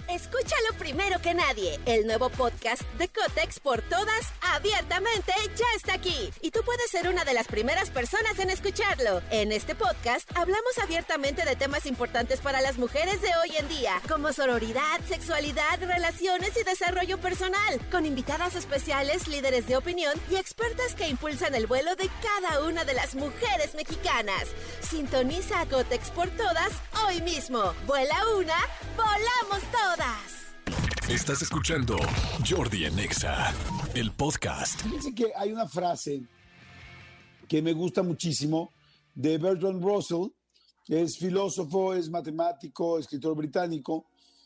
Escúchalo primero que nadie. El nuevo podcast de Cotex por todas, abiertamente, ya está aquí. Y tú puedes ser una de las primeras personas en escucharlo. En este podcast hablamos abiertamente de temas importantes para las mujeres de hoy en día, como sororidad, sexualidad, relaciones y desarrollo personal, con invitadas especiales, líderes de opinión y expertas que impulsan el vuelo de cada una de las mujeres mexicanas. Sintoniza a Cotex por todas hoy mismo. Vuela una, volamos todas. Estás escuchando Jordi en Exa, el podcast. Fíjense que hay una frase que me gusta muchísimo de Bertrand Russell, que es filósofo, es matemático, escritor británico,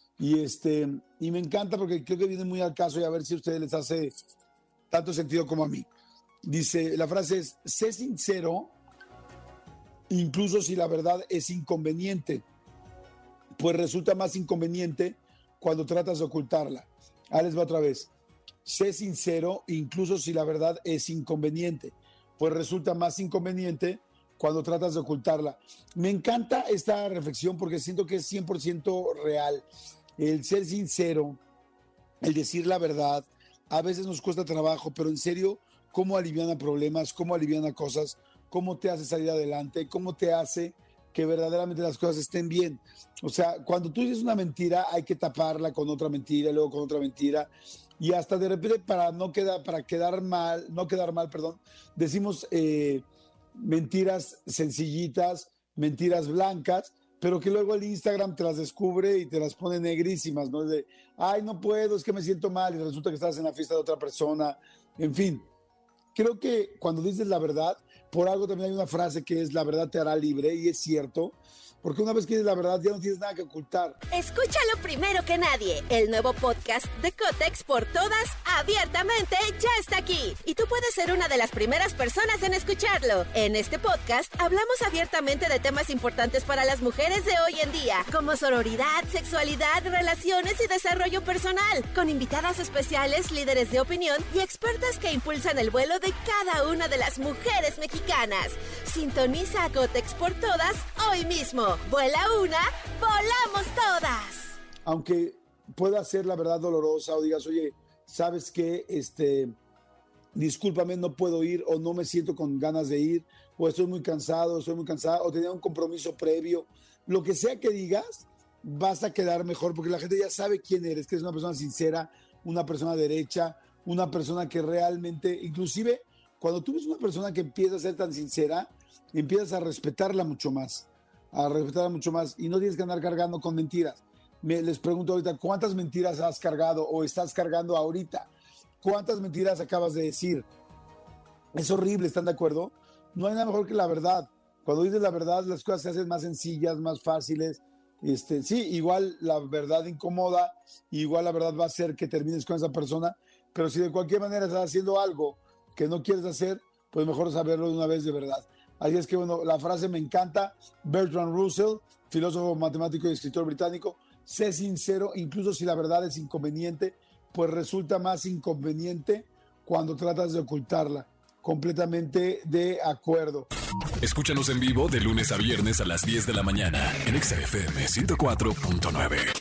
y me encanta porque creo que viene muy al caso y a ver si a ustedes les hace tanto sentido como a mí. Dice, la frase es, sé sincero, incluso si la verdad es inconveniente, pues resulta más inconveniente cuando tratas de ocultarla. Ahí les va otra vez. Sé sincero, incluso si la verdad es inconveniente, pues resulta más inconveniente cuando tratas de ocultarla. Me encanta esta reflexión porque siento que es 100% real. El ser sincero, el decir la verdad, a veces nos cuesta trabajo, pero en serio, cómo aliviana problemas, cómo aliviana cosas, cómo te hace salir adelante, cómo te hace que verdaderamente las cosas estén bien. O sea, cuando tú dices una mentira, hay que taparla con otra mentira, luego con otra mentira, y hasta de repente para quedar mal, decimos mentiras sencillitas, mentiras blancas, pero que luego el Instagram te las descubre y te las pone negrísimas, ¿no? De, ay, no puedo, es que me siento mal, y resulta que estás en la fiesta de otra persona, en fin. Creo que cuando dices la verdad, por algo también hay una frase que es la verdad te hará libre, y es cierto, porque una vez que dices la verdad ya no tienes nada que ocultar. Escúchalo primero que nadie. El nuevo podcast de Cotex por todas, abiertamente, ya está aquí. Y tú puedes ser una de las primeras personas en escucharlo. En este podcast hablamos abiertamente de temas importantes para las mujeres de hoy en día, como sororidad, sexualidad, relaciones y desarrollo personal, con invitadas especiales, líderes de opinión y expertas que impulsan el vuelo de cada una de las mujeres mexicanas. Sintoniza a Cotex por todas hoy mismo. Vuela una, volamos todas. Aunque pueda ser la verdad dolorosa o digas, oye, ¿sabes qué? Discúlpame, no puedo ir o no me siento con ganas de ir o estoy muy cansada o tenía un compromiso previo. Lo que sea que digas, vas a quedar mejor porque la gente ya sabe quién eres, que eres una persona sincera, una persona derecha, una persona que realmente, inclusive cuando tú ves una persona que empieza a ser tan sincera, empiezas a respetarla mucho más y no tienes que andar cargando con mentiras. Les pregunto ahorita, ¿cuántas mentiras has cargado o estás cargando ahorita? ¿Cuántas mentiras acabas de decir? Es horrible, ¿están de acuerdo? No hay nada mejor que la verdad. Cuando dices la verdad, las cosas se hacen más sencillas, más fáciles. Sí, igual la verdad incomoda, igual la verdad va a hacer que termines con esa persona, pero si de cualquier manera estás haciendo algo que no quieres hacer, pues mejor saberlo de una vez de verdad. Así es que, bueno, la frase me encanta. Bertrand Russell, filósofo, matemático y escritor británico, sé sincero, incluso si la verdad es inconveniente, pues resulta más inconveniente cuando tratas de ocultarla. Completamente de acuerdo. Escúchanos en vivo de lunes a viernes a las 10 de la mañana en Exa FM 104.9.